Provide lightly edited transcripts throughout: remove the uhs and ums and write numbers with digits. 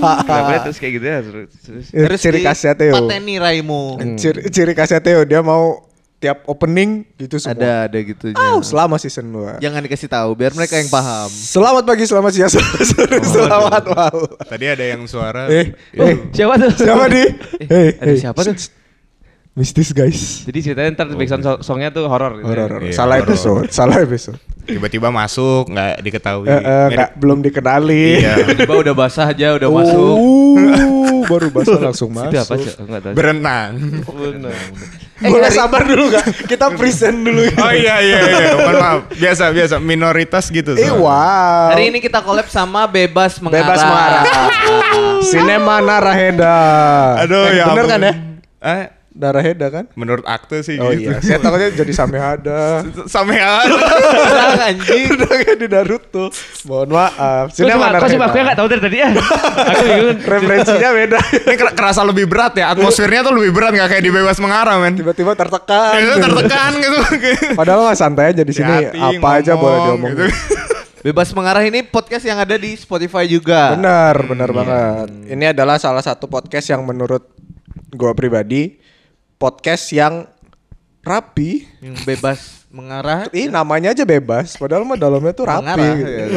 Kenapa terus kayak gitu ya? Terus ciri khasnya Theo. Pateni raimu. Ciri khasnya Theo dia mau tiap opening gitu semua. Ada gitunya. Selama season 2. Jangan dikasih tahu biar mereka yang paham. Selamat pagi, selamat siang, selamat sore, selamat malam. Tadi ada yang suara. Siapa tuh? Siapa nih? Ada siapa tuh? Mistis guys. Jadi ceritanya ntar background songnya tuh horor gitu. Horor. Iya, Salah horor. episode. Tiba-tiba masuk, nggak diketahui. Belum dikenali. Iya. Tiba udah basah aja udah masuk. Baru basah langsung Itu apa masuk. sih? Enggak tahu. Berenang. Boleh sabar dulu gak? Kita present dulu. Oh iya. Mohon maaf. Biasa minoritas gitu. Wow. Hari ini kita collab sama Bebas Mengarah. Bebas mengarah. Sinema Naraheda. Aduh ya. Bener kan ya? Eh, Naraheda kan? menurut akte sih Oh gitu. iya. Saya takutnya jadi Samehada. Sampean. Perang anjing. Udah kayak di Naruto. Mohon maaf. Sinema Kok cuma aku yang Naraheda. gak tahu dari tadi ya? Aku bingung. Referensinya beda. Ini kerasa lebih berat ya. Atmosfernya tuh lebih berat, nggak kayak di Bebas Mengarah, men. Tiba-tiba tertekan. Itu tertekan gitu. Padahal mah santai aja di sini. Hati-hati Apa aja ngomong, boleh diomongin. gitu. Bebas Mengarah ini podcast yang ada di Spotify juga. Benar banget. Ini adalah salah satu podcast yang menurut gua pribadi podcast yang rapi. Yang bebas mengarah. Namanya aja bebas, padahal mah dalamnya tuh rapi Mengarah, gitu. ya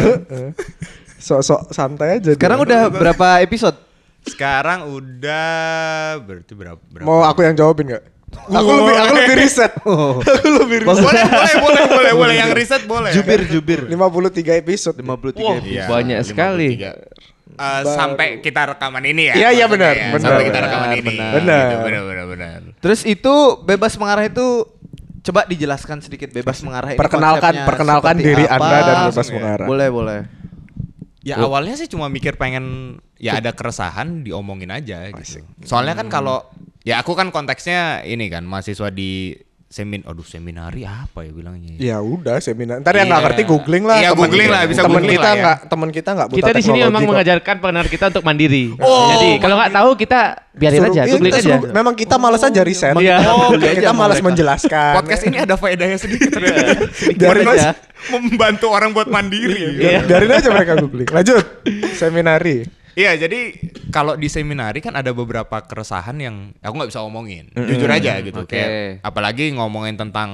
Sok-sok santai aja. Sekarang dia. udah berapa episode? Sekarang udah berarti berapa? Mau aku yang jawabin nggak? Aku lebih riset. Aku lebih riset. Boleh. Yang riset boleh. Jubir. 53 episode. 53 episode. Iya, Banyak sekali. 53. Sampai kita rekaman ini ya. Iya, maksudnya benar, ya. benar. Sampai kita rekaman ini. Benar. Gitu, benar. Terus itu Bebas Mengarah itu coba dijelaskan sedikit Bebas Mengarah ini konsepnya Perkenalkan seperti diri apa? Anda dan Bebas Langsung ya. Mengarah. Boleh. Ya awalnya sih cuma mikir pengen ya ada keresahan diomongin aja gitu. Soalnya kan kalau ya aku kan konteksnya ini kan mahasiswa di seminari apa ya bilangnya? Ya udah seminar. Ntar yang nggak Iya. ngerti googling lah. Iya, googling lah, bisa temen googling kita lah ya. temen kita nggak buta Kita di sini teknologi memang kok. mengajarkan pendengar kita untuk mandiri. Oh, Jadi kalau nggak tahu kita biarin Suruh- aja, iya, googling kita aja. suruh- memang kita malas aja riset. Iya. Kita malas menjelaskan. Podcast ini ada faedahnya sedikit. Biarin aja. Membantu orang buat mandiri. Biarin aja mereka googling. Lanjut. Seminari. Iya, jadi kalau di seminari kan ada beberapa keresahan yang aku nggak bisa omongin, jujur aja gitu. Oke. Kayak apalagi ngomongin tentang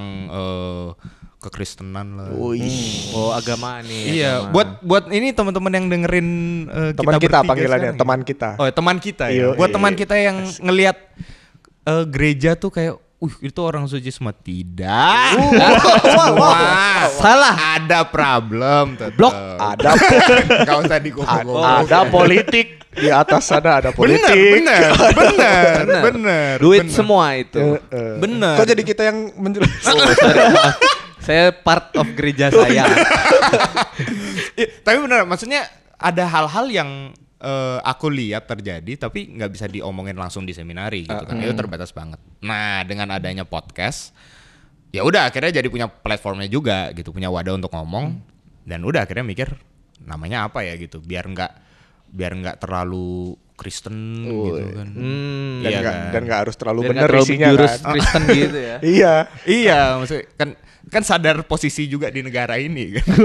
kekristenan lah. Oh, agama nih. Iya, agama. buat ini teman-teman yang dengerin Teman kita bertiga panggilannya, sekarang teman ya. kita. Oh, teman kita ya. Iya, Buat iya. teman kita yang ngelihat gereja tuh kayak itu orang suci semua tidak. Wah, Salah. ada problem tetep. Blok. Ada Gak usah digomong. ada politik di atas sana ada politik. Bener. Duit bener. semua itu. Bener. Kok jadi kita yang menjelaskan? Saya part of gereja saya. Tapi bener, maksudnya ada hal-hal yang aku lihat terjadi tapi nggak bisa diomongin langsung di seminari gitu kan. Itu terbatas banget. Nah, dengan adanya podcast ya udah akhirnya jadi punya platformnya juga gitu, punya wadah untuk ngomong dan udah akhirnya mikir namanya apa ya gitu biar nggak terlalu Kristen gitu kan. Dan Iya nggak kan? dan nggak harus terlalu Biar benar nggak terlalu isinya jurus kan. Kristen gitu ya. Iya. Iya, maksudnya kan sadar posisi juga di negara ini kan.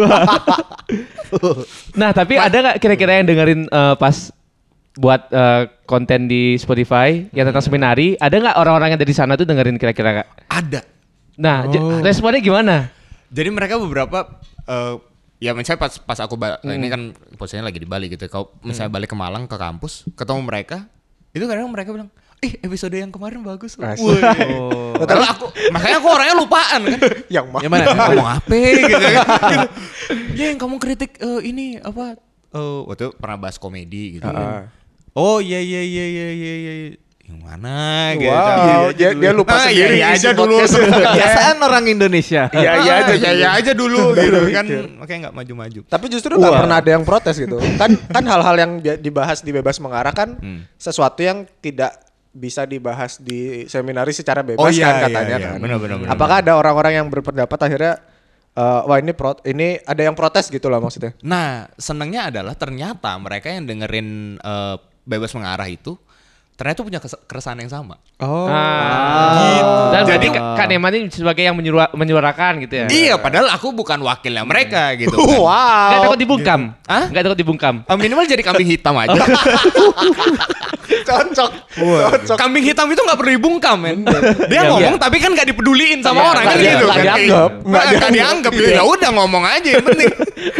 Nah, tapi ada nggak kira-kira yang dengerin pas buat konten di Spotify yang tentang seminari? Ada nggak orang-orang yang dari sana tuh dengerin kira-kira? Kak? Ada. Nah, responnya gimana? Jadi mereka beberapa ya misalnya pas aku ini kan posisinya lagi di Bali gitu. Kalau misalnya balik ke Malang ke kampus, ketemu mereka, itu kadang mereka bilang, episode yang kemarin bagus loh." Asik. Wih. Padahal makanya aku orangnya lupaan kan. Yang mana? Yang mana? Ngomong apa gitu kan. Gitu. Ya yang kamu kritik ini apa waktu itu pernah bahas komedi gitu. Oh iya. Yang mana gitu. Wow, dia lupa sendiri iya isi aja dulu. podcast. Kebiasaan orang Indonesia. Iya aja dulu gitu kan. Mikir. Makanya nggak maju-maju. Tapi justru nggak pernah ada yang protes gitu. Kan hal-hal yang dibahas di Bebas Mengarah kan sesuatu yang tidak bisa dibahas di seminari secara bebas kan katanya kan. Benar. Apakah ada orang-orang yang berpendapat akhirnya wah ini ada yang protes gitu lah maksudnya. Nah, senengnya adalah ternyata mereka yang dengerin Bebas Mengarah itu ternyata punya keresahan yang sama. Oh. Gitu. Dan Jadi berarti Kak Neman ini sebagai yang menyuarakan gitu ya. Iya, padahal aku bukan wakilnya mereka gitu. Kan. Wow. Gak takut dibungkam? Hah? Gak takut dibungkam? Minimal jadi kambing hitam aja. Cocok. Kambing hitam itu nggak perlu dibungkam, men. Dia ngomong tapi kan nggak dipeduliin sama orang kan gitu. Nggak Kan. dianggap. Nggak dianggap. Ya udah ngomong aja yang penting.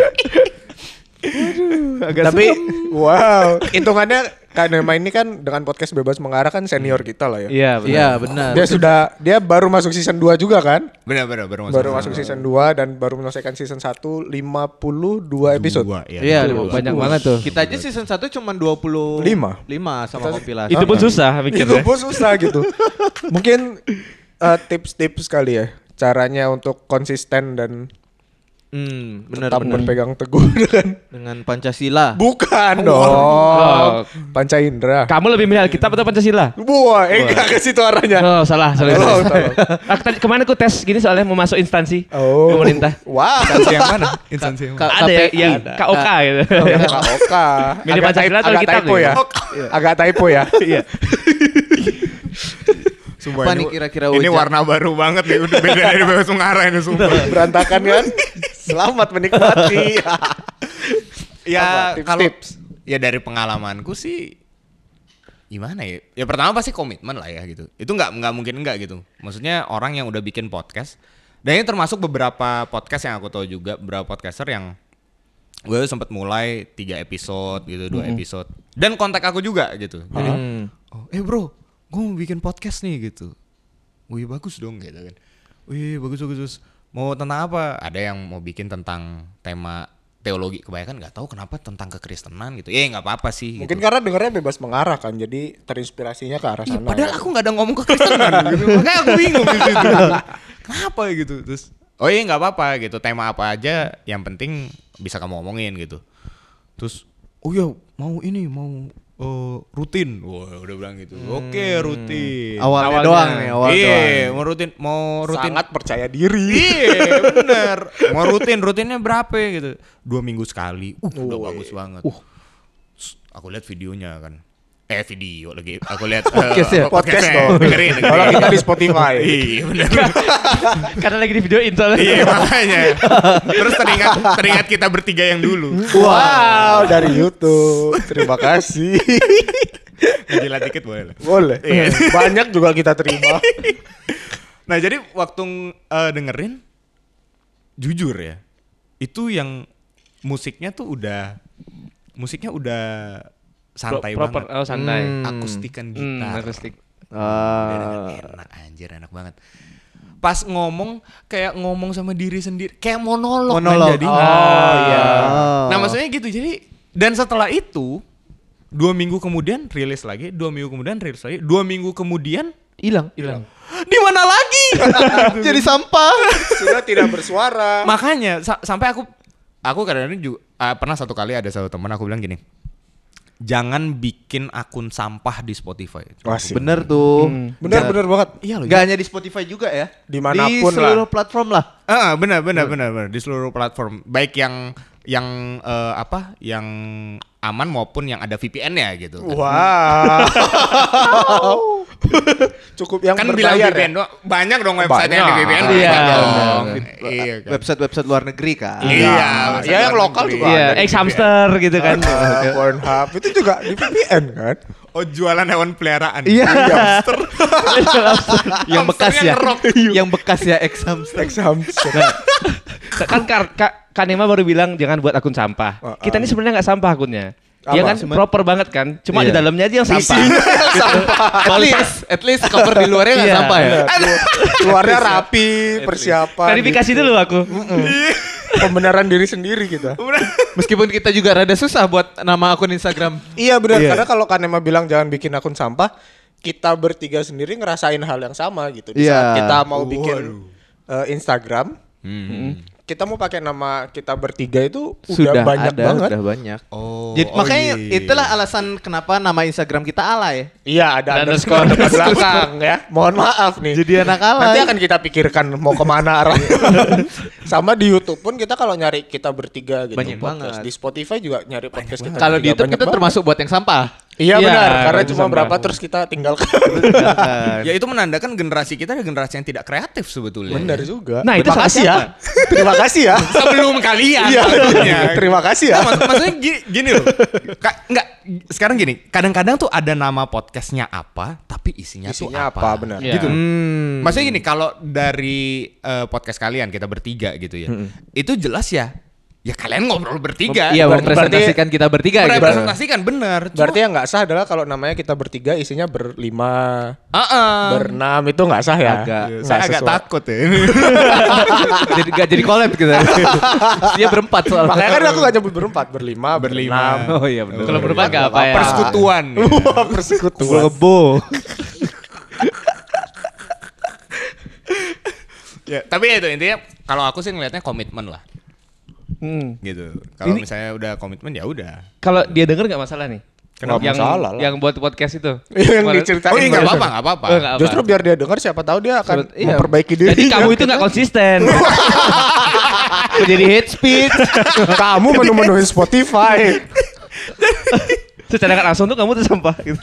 Tapi wow, hitungannya Kak Nema ini kan dengan podcast Bebas Mengarah kan senior kita lah ya. Iya benar. Iya benar. Dia baru masuk season 2 juga kan? Benar Baru masuk season 2 dan baru menyelesaikan season 1 52 episode. Iya, Banyak banget tuh. Kita aja season 1 cuma 25 sama kompilasi. Itu pun susah Itu mikirnya. pun susah gitu. Mungkin tips-tips kali ya caranya untuk konsisten dan Benar tetap benar. berpegang teguh Dengan Pancasila. Bukan dong. Oh. Panca Indra. Kamu lebih milih Alkitab atau Pancasila? Wah, enggak ke situ arahnya. Oh salah. Oh, salah. Kemarin aku tes gini soalnya mau masuk instansi Oh. pemerintah. Wah. Instansi yang mana? Instansi yang mana? Ada yang KOK gitu. Yang KOK. Milih Pancasila atau agak Alkitab typo nih? ya. Agak typo ya. Iya. Sumpah, Apa nih kira-kira ini Ujang? warna baru banget nih, udah beda dari Bebas Mengarah ini sumpah. Berantakan kan? Selamat menikmati. Ya Apa, kalau tips-tips? ya dari pengalamanku sih gimana ya? Ya pertama pasti komitmen lah ya gitu. Itu nggak mungkin enggak gitu. Maksudnya orang yang udah bikin podcast dan ini termasuk beberapa podcast yang aku tahu juga beberapa podcaster yang gue sempat mulai 3 episode gitu, 2 episode. Dan kontak aku juga gitu. Jadi, bro, gue mau bikin podcast nih gitu. Wih bagus dong gitu kan. Wih bagus. Mau tentang apa? Ada yang mau bikin tentang tema teologi, kebanyakan nggak tahu kenapa tentang kekristenan gitu. Nggak apa-apa sih. Mungkin gitu. karena dengarnya Bebas Mengarah kan, jadi terinspirasinya ke arah Iya, sana. padahal kan? aku nggak ada ngomong kekristenan gitu. Makanya aku bingung di situ. Kenapa gitu? Terus nggak apa-apa gitu. Tema apa aja yang penting bisa kamu omongin gitu. Terus mau rutin. Wah, udah bilang gitu. Oke, rutin. Awalnya doang nih, awal doang. Iya, mau rutin. Sangat percaya diri. Iya, bener. Mau rutinnya berapa gitu? 2 minggu sekali. Udah bagus banget. Terus aku lihat videonya kan. Video lagi. Aku lihat Podcast ya? Podcast dong. Dengerin. Kalau kita di Spotify. Iya, bener. Karena lagi di videoin soalnya. Iya, makanya. Terus teringat kita bertiga yang dulu. Wow, dari YouTube. Terima kasih. Ngejilat dikit boleh lah. Boleh. Iya. Banyak juga kita terima. Nah, jadi waktu dengerin jujur ya. Itu yang musiknya udah santai Proper, banget. oh santai. Akustikan gitar. Akustik. Enak banget. Pas ngomong kayak ngomong sama diri sendiri, kayak monolog. Monolog. Jadi. Oh iya. Nah, maksudnya gitu. Jadi dan setelah itu 2 minggu kemudian rilis lagi, 2 minggu kemudian Hilang. di mana lagi? Jadi sampah. Sudah tidak bersuara. Makanya sampai aku kadang-kadang juga pernah satu kali ada satu teman aku bilang gini. Jangan bikin akun sampah di Spotify. Asik. Bener tuh. Bener banget. Iya loh. Gak hanya di Spotify juga ya. Dimanapun di seluruh platform lah. Benar di seluruh platform. Baik yang aman maupun yang ada VPN-nya gitu. Wow. Cukup yang Kan bilang berbayar VPN ya? doang. Banyak dong website yang di Banyak. VPN. Iya. Banyak dong. Iya kan. Website-website luar negeri kan. Iya, Ya yang lokal juga Iya, ada. X hamster gitu kan. Pornhub itu juga di VPN kan? Oh, jualan hewan peliharaan. Iya. Hamster. Yang bekas Hamsternya ya. ngerok. Yang bekas ya ex hamster. X hamster. Kan Kak Nema baru bilang jangan buat akun sampah. Kita ini sebenarnya nggak sampah akunnya. Dia Apa? kan proper banget kan. Cuma di Iya. dalamnya aja yang sampah. At least cover di luarnya nggak Iya. sampah ya. Keluarnya rapi, persiapan. Verifikasi gitu. dulu aku. Pembenaran diri sendiri kita. Meskipun kita juga rada susah buat nama akun Instagram. Iya benar, karena kalau Kanema bilang jangan bikin akun sampah, kita bertiga sendiri ngerasain hal yang sama gitu. Di Iya. saat kita mau bikin Instagram, kita mau pakai nama kita bertiga itu Sudah udah banyak ada, banget. Udah banyak. Oh. Jadi makanya iya. itulah alasan kenapa nama Instagram kita alay. Iya, ada underscore depan belakang ya. Mohon maaf nih. Jadi anak alay. Nanti akan kita pikirkan mau kemana arahnya. Sama di YouTube pun kita kalau nyari kita bertiga gitu. Banyak podcast. banget. Di Spotify juga nyari podcast kita. Kalau di bertiga, YouTube banyak kita banget. termasuk buat yang sampah. Iya Iya, benar, karena itu cuma sama. berapa terus kita tinggalkan. Ya itu menandakan generasi kita adalah generasi yang tidak kreatif sebetulnya. Benar juga. Nah, itu Terima salah kasih ya. Terima kasih ya. Sebelum kalian. Iya. maksudnya. Terima kasih ya. Nah, maksudnya gini loh. Enggak, sekarang gini, kadang-kadang tuh ada nama podcastnya apa, tapi isinya tuh Isinya apa. apa, benar. Iya. Gitu. Maksudnya gini, kalau dari podcast kalian kita bertiga gitu ya. Itu jelas ya kalian ngobrol bertiga. Iya, Berarti- mempresentasikan kita bertiga gitu. Merepresentasikan bener. Berarti yang nggak sah adalah kalau namanya kita bertiga isinya berlima, Heeh. berenam itu nggak sah ya. Agak. Nggak Saya agak sesuai. takut ya. jadi gak jadi collab gitu. Dia berempat soalnya. Makanya kan aku gak nyebut berempat, berlima, berenam. Oh iya benar. Kalau berempat nggak apa ya. Persekutuan. Wah, persekutuan. Kebo. Ya, tapi itu intinya kalau aku sih ngelihatnya komitmen lah. Gitu. Kalau Ini- misalnya udah komitmen ya udah. Kalau dia denger nggak masalah nih. Nggak yang, masalah lah. yang buat podcast itu. Yang Kemarin- diceritain. Oh iya nggak barusan. apa-apa, nggak apa-apa. Oh, nggak apa. Justru biar dia dengar siapa tahu dia akan Iya. memperbaiki diri. Jadi kamu itu nggak konsisten. Jadi hate speech. Kamu menu-menuin Spotify. Secara nggak langsung tuh kamu tuh sampah gitu.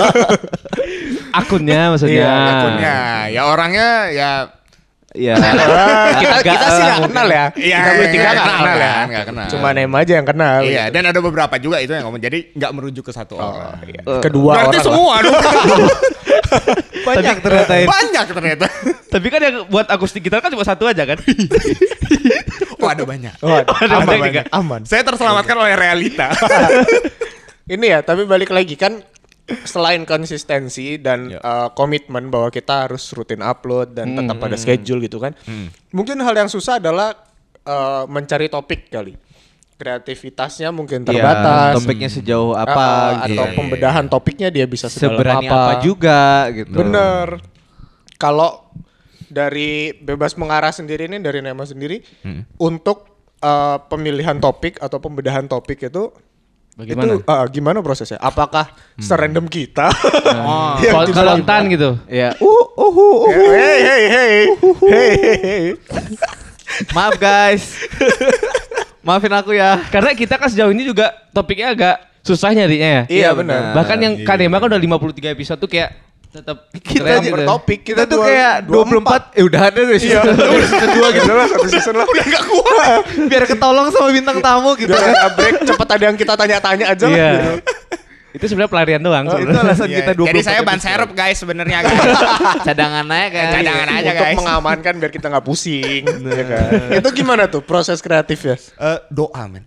Akunnya maksudnya. Iya, Akunnya ya orangnya ya Iya. kita sih nggak kenal ya. Iya, Kita bertiga nggak nggak kenal kenal ya. kan, nggak kenal. Cuma name aja yang kenal. iya dan ada beberapa juga itu yang ngomong jadi nggak merujuk ke satu orang. Kedua Berarti orang. semua dong. Banyak ternyata ini. Banyak ternyata. Tapi kan yang buat akustik gitar kan cuma satu aja kan. Oh ada banyak. Oh, aman, banyak aman, juga. aman. Saya terselamatkan oleh realita. Ini ya, tapi balik lagi kan selain konsistensi dan komitmen bahwa kita harus rutin upload dan tetap pada schedule gitu kan. Mungkin hal yang susah adalah mencari topik kali. Kreativitasnya mungkin terbatas. Topiknya sejauh apa atau Iya, pembedahan topiknya dia bisa sedalam seberani apa juga gitu. Bener. Kalau dari bebas mengarah sendiri ini dari Nema sendiri untuk pemilihan topik atau pembedahan topik itu Bagaimana? itu gimana prosesnya? Apakah serandom kita? Kalau spontan gitu. Ya. Hey hey hey hey. Maaf guys. Maafin aku ya. Karena kita kan sejauh ini juga topiknya agak susah nyarinya ya. Iya benar. Bahkan yang Kanema kan udah 53 episode tuh kayak tetap Kita keren aja gitu. bertopik Kita tuh kayak 24 udah ada deh season season 2 gitu. Udah lah satu season lah. Udah gak kuat. Biar ketolong sama bintang tamu gitu. Biar ada break cepet ada yang kita tanya-tanya aja lah. Iya. gitu. Itu sebenarnya pelarian doang Itu sebenarnya. alasan Iya, kita 24 jadi saya ban episode. serep guys sebenarnya guys. Cadangan aja kan. Cadangan aja Untuk guys. mengamankan biar kita nggak pusing. Ya kan? Itu gimana tuh proses kreatifnya? Doa men.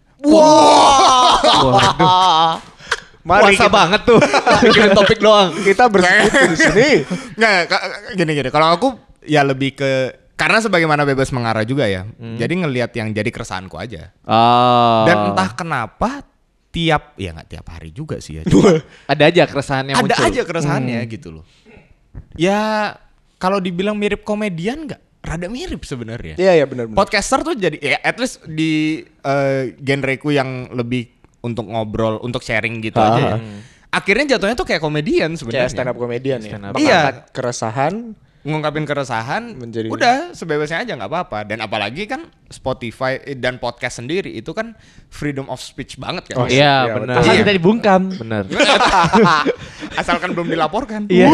Mari Puasa kita, banget tuh. Bikin topik doang. kita bersekutu di sini. Nggak, gini. Kalau aku ya lebih ke karena sebagaimana bebas mengarah juga ya. Jadi ngelihat yang jadi keresahanku aja. Oh. Dan entah kenapa nggak tiap hari juga sih ya. Cuma ada aja keresahan yang ada muncul. aja keresahannya gitu loh. Ya kalau dibilang mirip komedian nggak? Rada mirip sebenarnya. Iya ya benar-benar. Podcaster tuh jadi ya at least di genreku yang lebih untuk ngobrol, untuk sharing gitu aja ya. Akhirnya jatuhnya tuh kayak komedian sebenarnya. Kayak stand up komedian ya. Stand up. Mengangkat keresahan. Ngungkapin keresahan Menjadi- udah sebebasnya aja nggak apa-apa dan apalagi kan Spotify dan podcast sendiri itu kan freedom of speech banget kan. Oh, Iya, iya, benar. Asal Iya. kita dibungkam. Bener. Asalkan belum dilaporkan. Iya.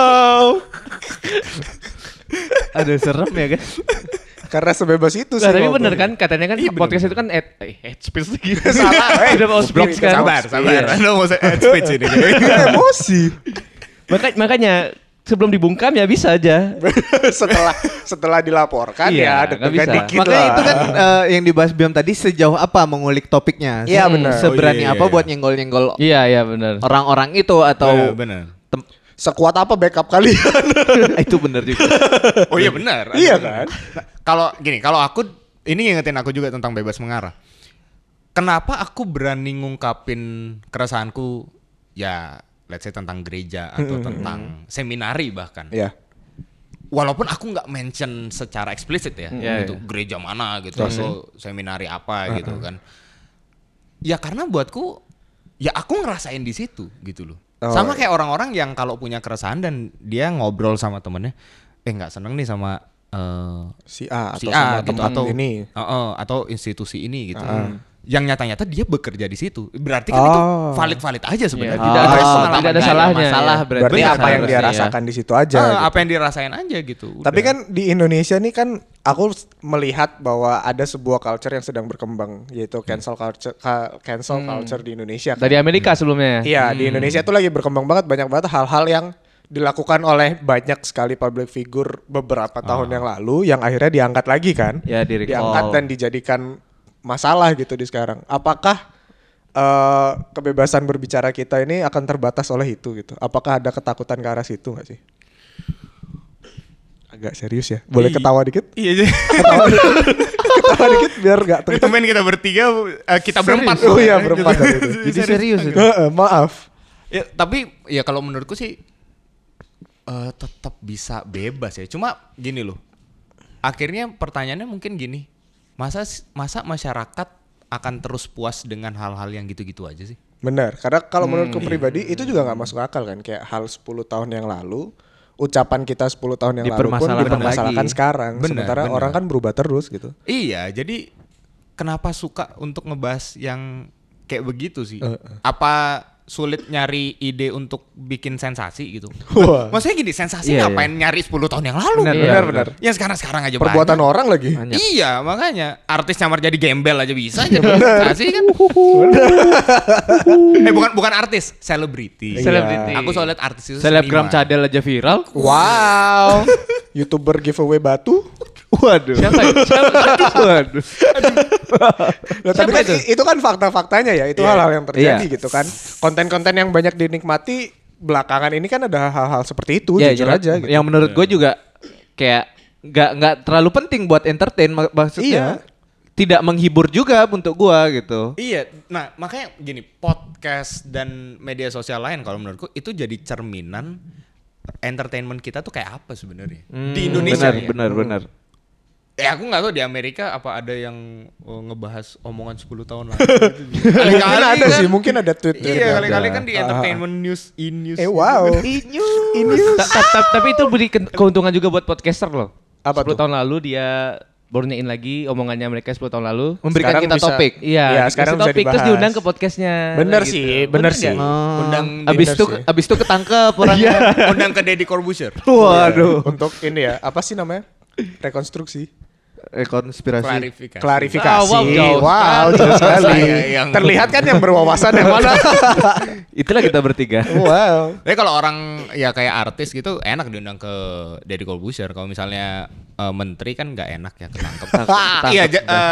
Aduh serem ya kan. Karena sebebas itu sih. Nah, tapi ngobrol. bener kan katanya kan Iya, podcast itu kan head speech gitu. Salah, Freedom of speech kan. Sabar. Lo mau head speech ini. Emosi. Makanya sebelum dibungkam ya bisa aja. setelah dilaporkan Iya, ya nggak deg-degan bisa. dikit Makanya lah. itu kan yang dibahas Biam tadi sejauh apa mengulik topiknya. Iya, benar. Seberani Oh, iya, apa iya. buat nyenggol-nyenggol Iya benar. orang-orang itu atau Bener. Sekuat apa backup kalian? itu bener juga. Oh iya benar. Iya kan? Nah, kalau aku ini ngingetin aku juga tentang bebas mengarah. Kenapa aku berani ngungkapin keresahanku ya let's say tentang gereja atau tentang seminari bahkan. Iya. walaupun aku nggak mention secara eksplisit ya, gitu gereja mana gitu atau seminari apa gitu kan. Ya karena buatku, ya aku ngerasain di situ gitu loh. Sama kayak orang-orang yang kalau punya keresahan dan dia ngobrol sama temennya, nggak seneng nih sama si A atau si sama gitu, tempat atau ini. Atau institusi ini gitu. Yang nyata-nyata dia bekerja di situ. Berarti kan itu valid-valid aja sebenarnya. Tidak ada salahnya. Masalah berarti apa yang dia rasakan di situ aja. Gitu. Apa yang dirasain aja gitu. Tapi kan di Indonesia nih kan aku melihat bahwa ada sebuah culture yang sedang berkembang, yaitu cancel culture di Indonesia. Kan? Dari Amerika sebelumnya. Iya, di Indonesia tuh lagi berkembang banget, banyak banget hal-hal yang dilakukan oleh banyak sekali public figure beberapa tahun yang lalu yang akhirnya diangkat lagi kan. Ya, diangkat dan dijadikan masalah gitu di sekarang. Apakah kebebasan berbicara kita ini akan terbatas oleh itu gitu? Apakah ada ketakutan ke arah situ nggak sih? Agak serius ya. Boleh ketawa dikit? Iya. Ketawa dikit biar nggak Itu main kita bertiga, kita berempat. Oh iya berempat dari itu. Jadi serius itu. Maaf. Ya, tapi ya kalau menurutku sih tetap bisa bebas ya. Cuma gini loh. Akhirnya pertanyaannya mungkin gini. Masa masyarakat akan terus puas dengan hal-hal yang gitu-gitu aja sih? Benar, karena kalau menurutku pribadi itu juga nggak masuk akal kan. Kayak hal 10 tahun yang lalu, ucapan kita 10 tahun yang lalu pun dipermasalahkan sekarang. Sementara orang kan berubah terus gitu. Iya, jadi kenapa suka untuk ngebahas yang kayak begitu sih? Apa sulit nyari ide untuk bikin sensasi gitu? Maksudnya gini, sensasi ngapain nyari 10 tahun yang lalu? Benar. Yang sekarang aja perbuatan banyak. orang lagi. Banyak. Iya, makanya artis nyamar jadi gembel aja bisa jadi sensasi kan. Bukan artis, selebriti. Selebriti. Aku soal liat artis itu Selebgram seniman. cadel aja viral. Wow. YouTuber giveaway batu. Waduh. Siapa? Waduh. Loh, tapi kan itu kan fakta-faktanya ya. Itu hal-hal yang terjadi gitu kan. Konten-konten yang banyak dinikmati belakangan ini kan ada hal-hal seperti itu, jujur aja gitu. Yang menurut gue juga kayak nggak terlalu penting buat entertain, maksudnya tidak menghibur juga untuk gua gitu. Iya, nah makanya gini, podcast dan media sosial lain kalau menurutku itu jadi cerminan entertainment kita tuh kayak apa sebenarnya di Indonesia. Benar. Aku nggak tahu di Amerika apa ada yang ngebahas omongan 10 tahun lalu. Kali-kali ada sih, mungkin ada tweet. Iya, kali-kali kan di entertainment news, in-news. Wow. Tapi itu beri keuntungan juga buat podcaster loh. Apa 10 tahun lalu dia baru nyain lagi omongannya mereka 10 tahun lalu. Memberikan Sekarang kita bisa- topik. Iya, sekarang dikasih bisa topik terus dibahas. diundang ke podcastnya. Bener gitu. sih, bener sih. Undang Abis itu ketangkep orangnya. undang ke Deddy Corbuzier. Waduh. Untuk ini ya, apa sih namanya? Rekonstruksi. Konspirasi. Klarifikasi. Wow, jauh sekali. Saya yang- Terlihat kan yang berwawasan yang mana? Itulah kita bertiga. Wow. Tapi kalau orang ya kayak artis gitu enak diundang ke Deddy Corbuzier. Kalau misalnya menteri kan nggak enak ya ketangkep. Iya.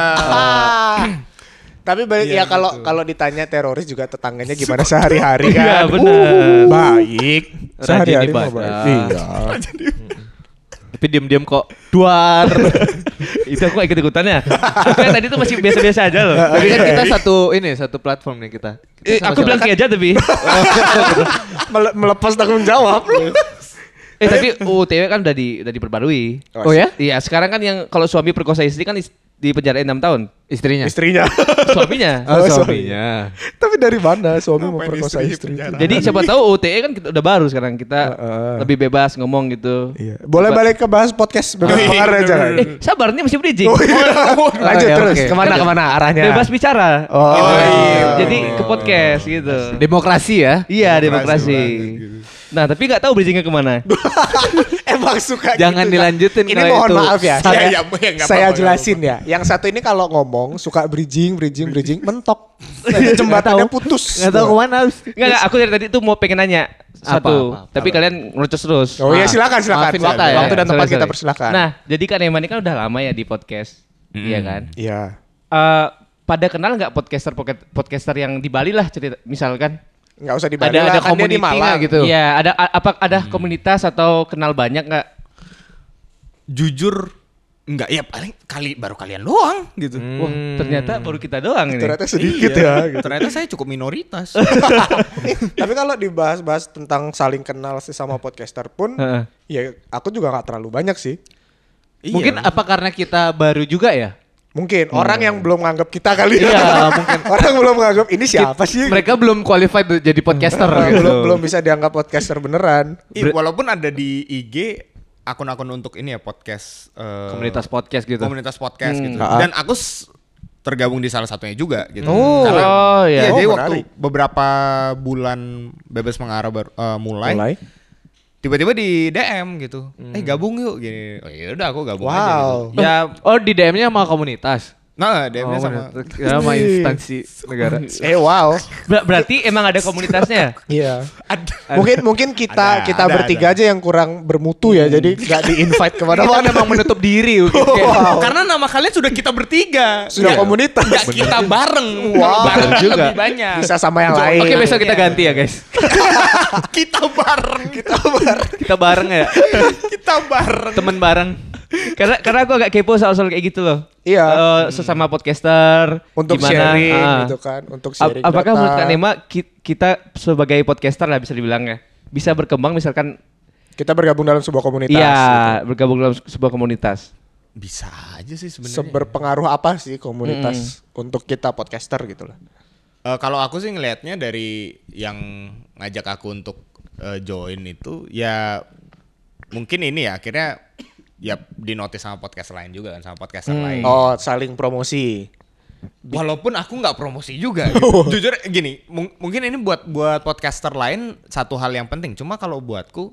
Tapi balik ya kalau ditanya teroris juga tetangganya gimana sehari-hari kan? Iya, bener. Baik. Sehari-hari mah ibadah. baik. Iya. Tapi diam-diam kok duar. Itu aku ikut-ikutan ya. Aku yang tadi tuh masih biasa-biasa aja loh. Tapi kan kita satu platform nih kita. Aku bilang kayak aja tapi. Melepas tanggung jawab. Tapi UTW kan udah diperbarui. Oh ya? Iya, sekarang kan yang kalau suami perkosa istri kan di penjara 6 tahun. Istrinya. Suaminya. Oh, suaminya. Tapi dari mana suami memperkosa istri? Jadi siapa tahu UTE kan kita udah baru sekarang kita lebih bebas ngomong gitu. Iya. Boleh balik ke bahas podcast bebas pengaruh aja. Sabar nih masih bridging. Lanjut Oke, terus. oke. Kemana arahnya? Bebas bicara. Oh, Gitu. iya. Jadi ke podcast gitu. Demokrasi ya. Iya, demokrasi. Nah, tapi nggak tahu bridgingnya kemana. Emang suka Jangan gitu, dilanjutin Ini kalau mohon itu. maaf ya. Iya, nggak Saya apa-apa, jelasin ya. Yang satu ini kalau ngomong suka bridging, mentok. Nanti jembatannya putus. Nggak tahu kemana harus. Enggak, aku dari tadi tuh mau pengen nanya satu. Apa? Tapi kalian ngerocos terus. Oh iya silakan. Maafin kita ya. Waktu dan tempat Sorry. kita persilakan. Nah, jadi kan Eman ini kan udah lama ya di podcast. Iya kan? Iya. Pada kenal nggak podcaster yang di Bali lah cerita misalkan? Nggak usah dibalik Ada lah, kan dia di community Malang nggak gitu? Iya, ada komunitas atau kenal banyak nggak? Jujur Enggak, ya paling baru kalian doang gitu. Wah, ternyata baru kita doang ini. Ternyata sedikit ya. Gitu. Ternyata saya cukup minoritas. Tapi kalau dibahas-bahas tentang saling kenal sesama podcaster pun, Heeh. ya aku juga nggak terlalu banyak sih. Mungkin apa karena kita baru juga ya? Mungkin orang yang belum nganggap kita kali ya. Iya, mungkin. Orang belum nganggap ini siapa sih? Mereka belum qualified jadi podcaster gitu. belum bisa dianggap podcaster beneran. Walaupun ada di IG akun-akun untuk ini ya podcast Komunitas podcast gitu. komunitas podcast gitu. Ah. Dan aku tergabung di salah satunya juga gitu. Oh. Oh, iya. Iya, jadi Oh, waktu menarik. beberapa bulan Bebas Mengarah mulai, tiba-tiba di DM gitu. Gabung yuk gini. Oh ya udah aku gabung aja gitu. Ya, Oh, di DM-nya sama komunitas. nah DM-nya sama sama instansi negara. Wow. Berarti emang ada komunitasnya? Iya. ada. Mungkin kita Ada, bertiga aja yang kurang bermutu ya. Jadi nggak di-invite Kita kemana-mana. memang menutup diri. Wow. Karena nama kalian sudah kita bertiga. Sudah komunitas. Nggak kita bareng. Wow. Bareng Juga. lebih banyak. Bisa sama yang lain. Oke, besok kita ganti ya, guys. Kita bareng. Kita bareng ya. Kita bareng. Temen bareng. Karena aku agak kepo soal kayak gitu loh. Iya. Sesama podcaster Untuk gimana, sharing ah. gitu kan. Untuk sharing Apakah data. menurut Kak Nema kita sebagai podcaster lah bisa dibilang ya, bisa berkembang misalkan Kita bergabung dalam sebuah komunitas. iya gitu. bergabung dalam sebuah komunitas. Bisa aja sih sebenarnya. Seberpengaruh apa sih komunitas untuk kita podcaster gitu lah. Kalau aku sih ngelihatnya dari yang ngajak aku untuk join itu ya mungkin ini ya akhirnya ya dinotis sama podcast lain juga kan, sama podcaster lain. Oh, saling promosi. Walaupun aku nggak promosi juga. Gitu. Jujur gini, mungkin ini buat podcaster lain satu hal yang penting. Cuma kalau buatku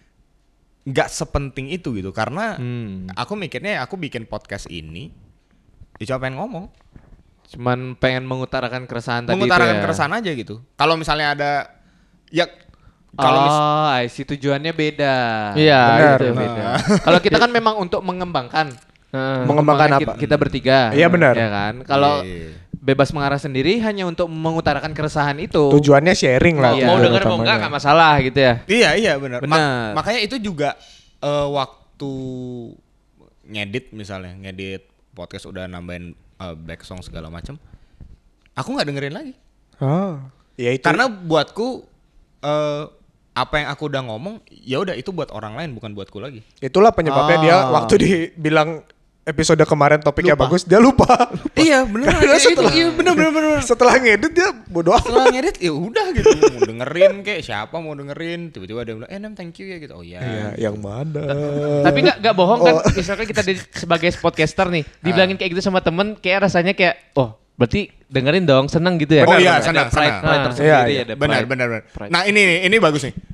nggak sepenting itu gitu, karena aku mikirnya aku bikin podcast ini, ya cuma pengen ngomong, Cuman pengen mengutarakan keresahan tadi mengutarakan itu ya. keresahan aja gitu. Kalau misalnya ada, ya kalau I see, tujuannya beda. Iya, Benar, gitu. benar. Beda. Kalau kita kan memang untuk mengembangkan. Mengembangkan Kita, apa? kita bertiga. Iya, benar. Ya kan? Kalau Iya. Bebas Mengarah sendiri hanya untuk mengutarakan keresahan itu. Tujuannya sharing lah. Iya. Mau tujuan denger mau utamanya. enggak nggak masalah gitu ya. Iya benar. Benar. Makanya itu juga waktu ngedit misalnya, ngedit podcast udah nambahin back song segala macam, aku nggak dengerin lagi. Oh. Ya itu. Karena buatku apa yang aku udah ngomong, ya udah itu buat orang lain bukan buatku lagi. Itulah penyebabnya dia waktu dibilang episode kemarin topiknya Lupa. bagus, dia lupa. Iya benar. Karena setelah- Iya benar. Setelah ngedit dia bodo amat. Setelah ngedit ya udah gitu, mau dengerin kayak siapa mau dengerin, tiba-tiba dia bilang Nem thank you ya gitu. Oh Iya, iya. yang mana? Tapi nggak bohong kan, misalkan kita sebagai podcaster nih, dibilangin kayak gitu sama temen, kayak rasanya kayak, oh berarti dengerin dong, seneng gitu ya. Oh iya, Ada senang, pride senang. tersendiri Iya, ya. ada Benar. pride. Nah ini bagus nih.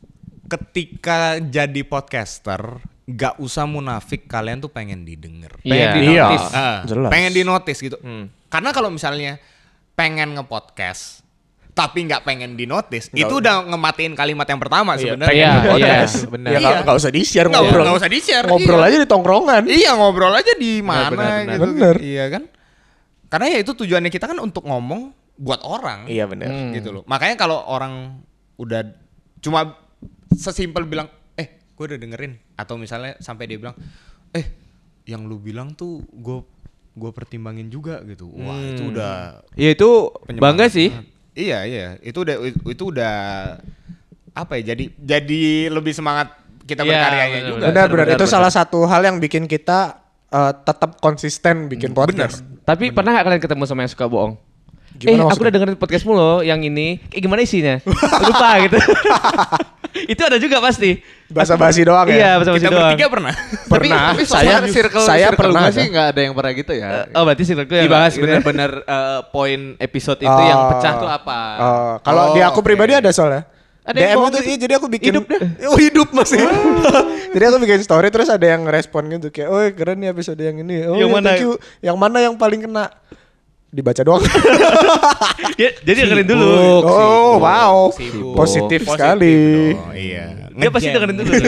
Ketika jadi podcaster, gak usah munafik kalian tuh pengen didengar. Iya. Pengen Iya. di-notice. Jelas. Pengen dinotis gitu. Karena kalau misalnya pengen nge-podcast tapi nggak pengen dinotis, itu udah ngematiin kalimat yang pertama sebenarnya. Iya, Podcast. iya, benar. Ya Iya. nggak usah di-share Nggak ngobrol. nggak usah di-share. Ngobrol iya. aja di tongkrongan. Iya ngobrol aja di mana benar. gitu. Benar. Iya kan? Karena ya itu tujuannya kita kan untuk ngomong buat orang. Iya benar. Gitu loh. Makanya kalau orang udah cuma sesimpel bilang, gue udah dengerin, atau misalnya sampai dia bilang, yang lu bilang tuh gue pertimbangin juga gitu. Wah itu udah Ya itu penyemangat bangga sih. banget. Iya itu udah apa ya? Jadi lebih semangat kita Iya, berkaryanya benar, juga. Benar. Itu benar. salah satu hal yang bikin kita tetap konsisten bikin podcast. Tapi pernah nggak kalian ketemu sama yang suka bohong? Gimana Aku maksudnya? udah dengerin podcastmu loh, yang ini. Kayak gimana isinya? Lupa gitu. Itu ada juga pasti. Basa-basi doang ya. Iya, basa-basi Kita doang. bertiga pernah. Pernah. Tapi Saya saya pernah gua sih nggak ada yang pernah gitu ya. Oh, berarti circle yang Dibahas gitu ya. benar-benar poin episode itu yang pecah tuh apa. Kalau di aku oke. pribadi ada soalnya. Ada yang DM bohong itu gitu. iya, jadi aku bikin Hidup deh. Oh hidup masih. Jadi aku bikin story terus ada yang respon gitu kayak, "Oh, keren nih episode yang ini." Oh, Yang ya, mana? thank you. Yang mana yang paling kena? Dibaca doang. Ya, jadi dengerin dulu. Oh, wow. Sibuk. Positif Positif sekali. dong, iya. Dia pasti Ngejam. dengerin dulu.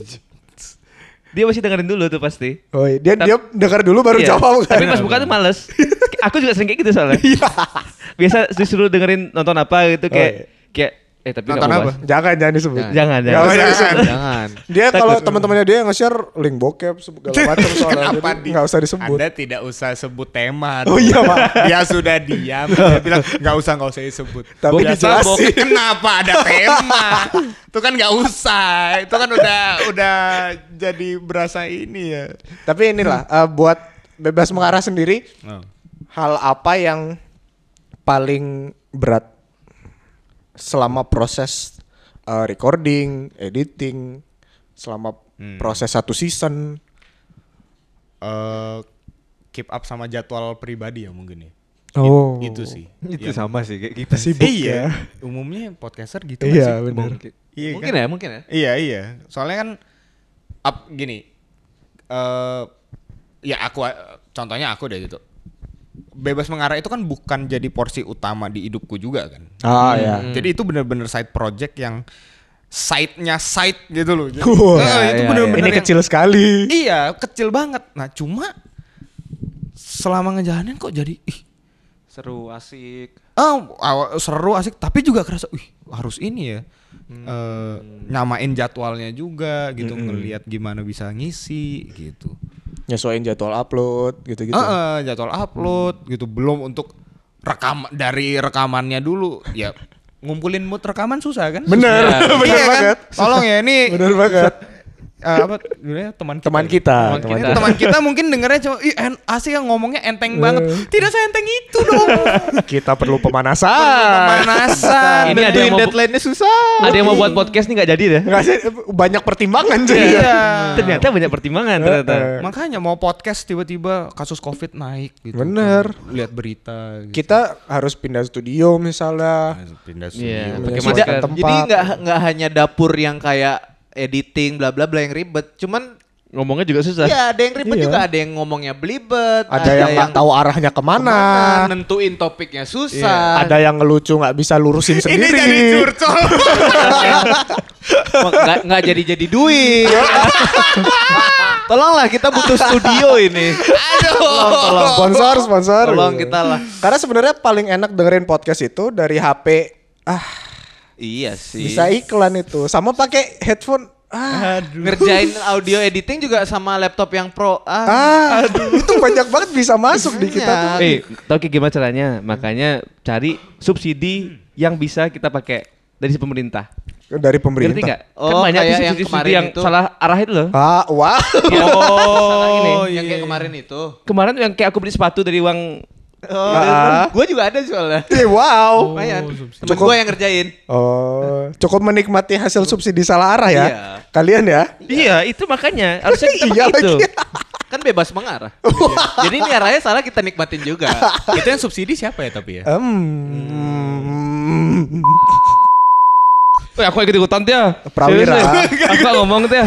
Dia pasti dengerin dulu tuh pasti. Oh, iya. dia dengar dulu baru Iya. jawab kan. Tapi pas buka tuh males. Aku juga sering kayak gitu soalnya. Biasa disuruh dengerin nonton apa gitu kayak iya. kayak Tapi Nonton nggak apa? apa? Jangan disebut. Jangan. Jangan. Dia kalau teman-temannya dia nge-share link bokep segala macam soalnya. Kenapa Jadi nggak usah disebut. Anda tidak usah sebut tema. Oh iya, Pak. Dia sudah diam. Dia bilang nggak usah disebut. Tapi Biasa dijelasin. bokep, kenapa ada tema? Itu kan nggak usah. Itu kan udah jadi berasa ini ya. Tapi inilah buat bebas mengarah sendiri, hal apa yang paling berat selama proses recording, editing, selama proses satu season? Keep up sama jadwal pribadi ya mungkin ya. Oh, Itu sih. Itu Yang- sama sih kayak kita sibuk Iya. ya. Umumnya podcaster gitu Iya, nggak sih? benar. Iya Mungkin kan? ya, mungkin ya. Iya. Soalnya kan gini. Ya contohnya aku deh gitu. Bebas mengarah itu kan bukan jadi porsi utama di hidupku juga kan. Ah ya. Jadi itu bener-bener side project yang side-nya side gitu loh. Jadi, Wah, itu iya, bener-bener Ini yang- kecil sekali. Iya, kecil banget. Nah, cuma selama ngejalanin kok jadi Seru, asik. seru asik tapi juga kerasa harus ini ya. Nyamain jadwalnya juga gitu, ngelihat gimana bisa ngisi gitu. Nyesuaiin jadwal upload gitu-gitu. Jadwal upload gitu, belum untuk dari rekamannya dulu ya. Ngumpulin mood rekaman susah kan? Bener, Susah. bener Iya kan? banget. Tolong ya ini Bener banget. apa bilangnya teman Teman ya? kita, Teman teman kita. kita. Teman kita mungkin dengernya cuma asik yang ngomongnya enteng banget. Tidak seenteng itu dong. Kita perlu pemanasan. Pemanasan. Ini ada yang mau deadline-nya susah. Ada yang mau buat podcast nih nggak jadi deh. Nggak sih, banyak pertimbangan sih. Iya. Ternyata banyak pertimbangan ternyata. Makanya mau podcast tiba-tiba kasus Covid naik gitu. Bener. Lihat berita gitu. Kita harus pindah studio misalnya. Pindah Iya, studio. pakai Tidak, masker. tempat. Jadi nggak hanya dapur yang kayak editing bla bla bla yang ribet, cuman Ngomongnya juga susah. iya ada yang ribet Iya. juga, ada yang ngomongnya belibet, Ada yang nggak tahu arahnya kemana. nentuin topiknya susah. Ada yang ngelucu nggak bisa lurusin Ini sendiri. jadi curcol. nggak jadi duit. Tolonglah, kita butuh studio ini. Tolong. Sponsor. Tolong kita lah. Karena sebenarnya paling enak dengerin podcast itu dari HP. Iya sih. Bisa iklan itu. Sama pakai headphone. Ngerjain audio editing juga sama laptop yang pro. Itu banyak banget bisa masuk di kita tuh. Tahu kayak gimana caranya? Makanya cari subsidi yang bisa kita pakai dari pemerintah. Dari Ngerti pemerintah. nggak? Oh, Kan banyak kayak tuh yang subsidi kemarin yang itu. salah arah itu loh. Wah. Yang kayak kemarin itu. Kemarin yang kayak aku beli sepatu dari uang Gue juga ada soalnya. Wow. Lumayan. Temen Cukup. gue yang ngerjain. Cukup menikmati hasil subsidi salah arah ya. Iya. Kalian ya. Iya, itu makanya harusnya kita Iya pakai itu. lagi. Kan bebas mengarah. Jadi ini arahnya salah, kita nikmatin juga. Itu yang subsidi siapa ya tapi ya? Aku ikut ikutan dia. Prawira. Aku nggak ngomong dia.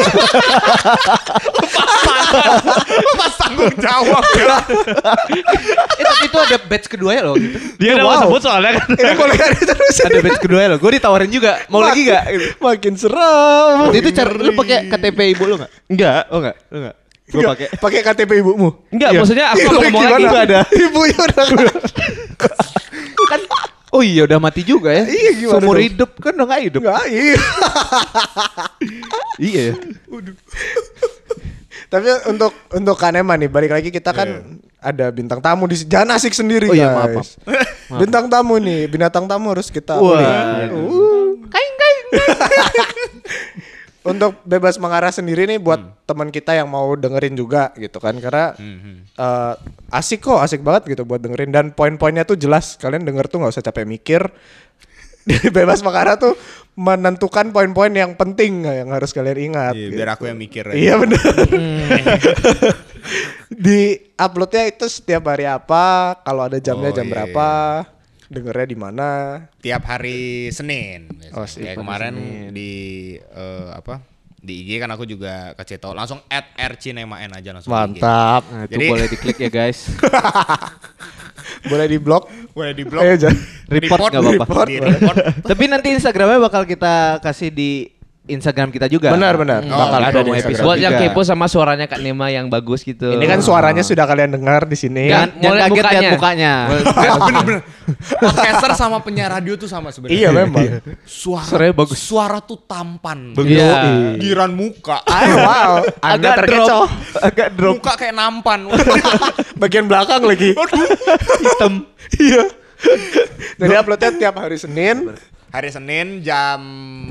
Pas tanggung jawab ya. Tapi itu ada batch kedua ya loh gitu. Dia udah mau sebut soalnya kan. Ini boleh kan terus. Ada batch kedua ya loh. Gue ditawarin juga. Mau lagi gak? Makin seram. Waktu itu lu pakai KTP ibu lu gak? Enggak. Oh enggak? Lu enggak? Gue pakai. Pakai KTP ibumu. Enggak, maksudnya aku Iya, mau ngomong lagi. gimana? Ibunya udah Kan oh iya udah mati juga ya. Iya, gimana Seumur dong? hidup kan udah gak hidup. Enggak, iya. Iya ya. Tapi untuk Kanema nih, balik lagi kita kan ada bintang tamu di jangan asik sendiri Oh iya, guys. maaf. Bintang tamu nih, binatang tamu harus kita Wah. ulik. Untuk bebas mengarah sendiri nih buat teman kita yang mau dengerin juga gitu kan, karena asik kok, asik banget gitu buat dengerin dan poin-poinnya tuh jelas. Kalian denger tuh nggak usah capek mikir. Bebas mengarah tuh menentukan poin-poin yang penting yang harus kalian ingat. Iya, gitu. biar aku yang mikir. Iya benar. Di uploadnya itu setiap hari apa? Kalau ada jamnya Oh, jam iya, berapa? Dengernya di mana? Tiap hari Senin. biasanya. Oh, sih, Kayak hari kemarin di di IG kan aku juga kasih tahu langsung @rcinemaen aja langsung. Mantap. Nah, itu Jadi- boleh diklik ya guys. Boleh di blog? Boleh di Ayo jangan. Report nggak apa-apa. Di report. Tapi nanti Instagramnya bakal kita kasih di Instagram kita juga. Benar. Bakal ada ada di di episode Instagram. Buat yang juga. kepo sama suaranya Kak Nema yang bagus gitu. Ini kan suaranya sudah kalian dengar di sini. Kan? Jangan Mulai kaget lihat mukanya. mukanya. Bener-bener. Podcaster sama penyiar radio tuh sama sebenarnya. Iya memang. Suaranya bagus. Suara tuh tampan. Iya. Giran muka. Wow, Anda terkecoh. Agak drop. Muka kayak nampan. Bagian belakang lagi. Hitam. Iya. Jadi uploadnya tiap hari Senin. Hari Senin jam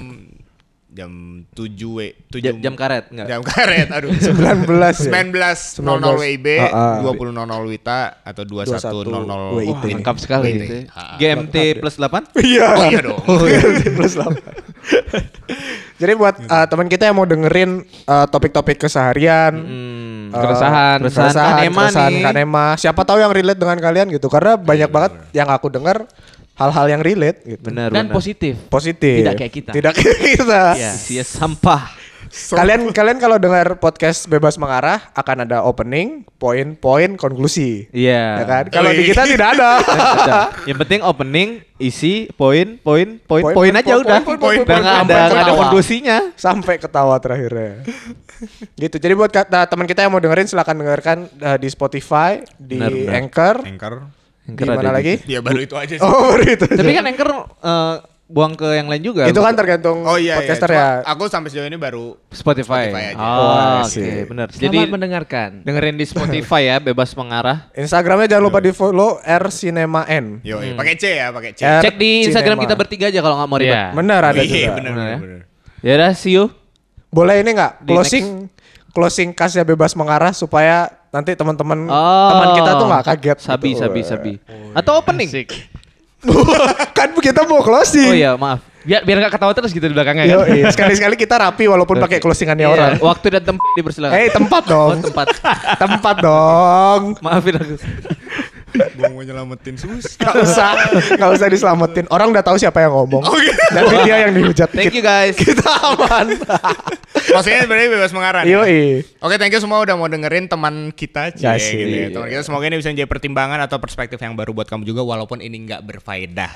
7 Jam karet enggak? Jam karet, aduh. 19 19.00 WIB, 20.00 WITA atau 21.00 WIT. Lengkap sekali WIT. itu. GMT plus 8? Iya. Oh iya dong. Plus 8. Jadi buat teman kita yang mau dengerin topik-topik keseharian, Keresahan. Kanema nih. Kanema. Siapa tahu yang relate dengan kalian gitu. Karena banyak banget yang aku dengar hal-hal yang relate gitu. Benar. Dan positif. Positif. Tidak kayak kita. Tidak kayak kita. Iya. Sia sampah. Kalian kalau dengar podcast Bebas Mengarah akan ada opening, poin-poin, konklusi. Iya. Ya kan? Kalau di kita tidak ada. Yang penting opening, isi, poin aja Poin, udah. poin, Udah nggak sampai ada ketawa. konklusinya. Sampai ketawa terakhirnya. Gitu. Jadi buat teman kita yang mau dengerin silakan dengarkan di Spotify, di Benar. Anchor, Anchor. di mana lagi? Ya baru itu aja sih. Oh, baru itu. Tapi kan Anchor buang ke yang lain juga. itu kan tergantung Oh iya, podcaster iya. ya. Cuma aku sampai sejauh ini baru Spotify. Spotify aja. Oh, Wah, oke, sih. benar. Jadi Jadi mendengarkan. dengerin di Spotify ya, bebas mengarah. Instagramnya jangan lupa di follow @rcinema_n. Yo, pakai C ya, pakai C. R Cek di Instagram Cinema. kita bertiga aja kalau nggak mau ribet. Iya. Benar ada Iya, juga. bener, Bener ya. bener. Ya udah, see you. Boleh ini nggak Di closing kasnya Bebas Mengarah supaya nanti teman-teman teman kita tuh nggak kaget. Sabi. gitu. Atau opening. Asik. Kan kita mau closing. Oh iya, maaf. Biar nggak ketawa terus gitu di belakangnya kan. Yoi, sekali-sekali kita rapi walaupun pakai closingannya Iya, orang. waktu dan tempat dipersilakan. Tempat Oh, dong. tempat. Tempat dong. Maafin aku. Gua mau nyelamatin sus. Gak usah diselamatin. Orang udah tahu siapa yang ngomong. Tapi dia yang dihujat. Thank you guys. Kita aman. Maksudnya sebenarnya bebas mengarah. nih. Yoi. Oke, thank you semua udah mau dengerin teman kita, Ya, cie, sih. gitu ya. Teman kita semoga ini bisa menjadi pertimbangan atau perspektif yang baru buat kamu juga walaupun ini nggak berfaedah.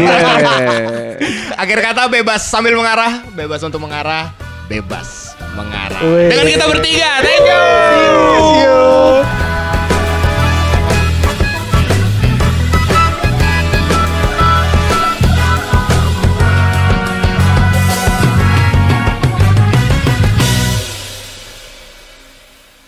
Akhir kata bebas sambil mengarah, bebas untuk mengarah, bebas mengarah. Wih. Dengan kita bertiga, thank you. See you.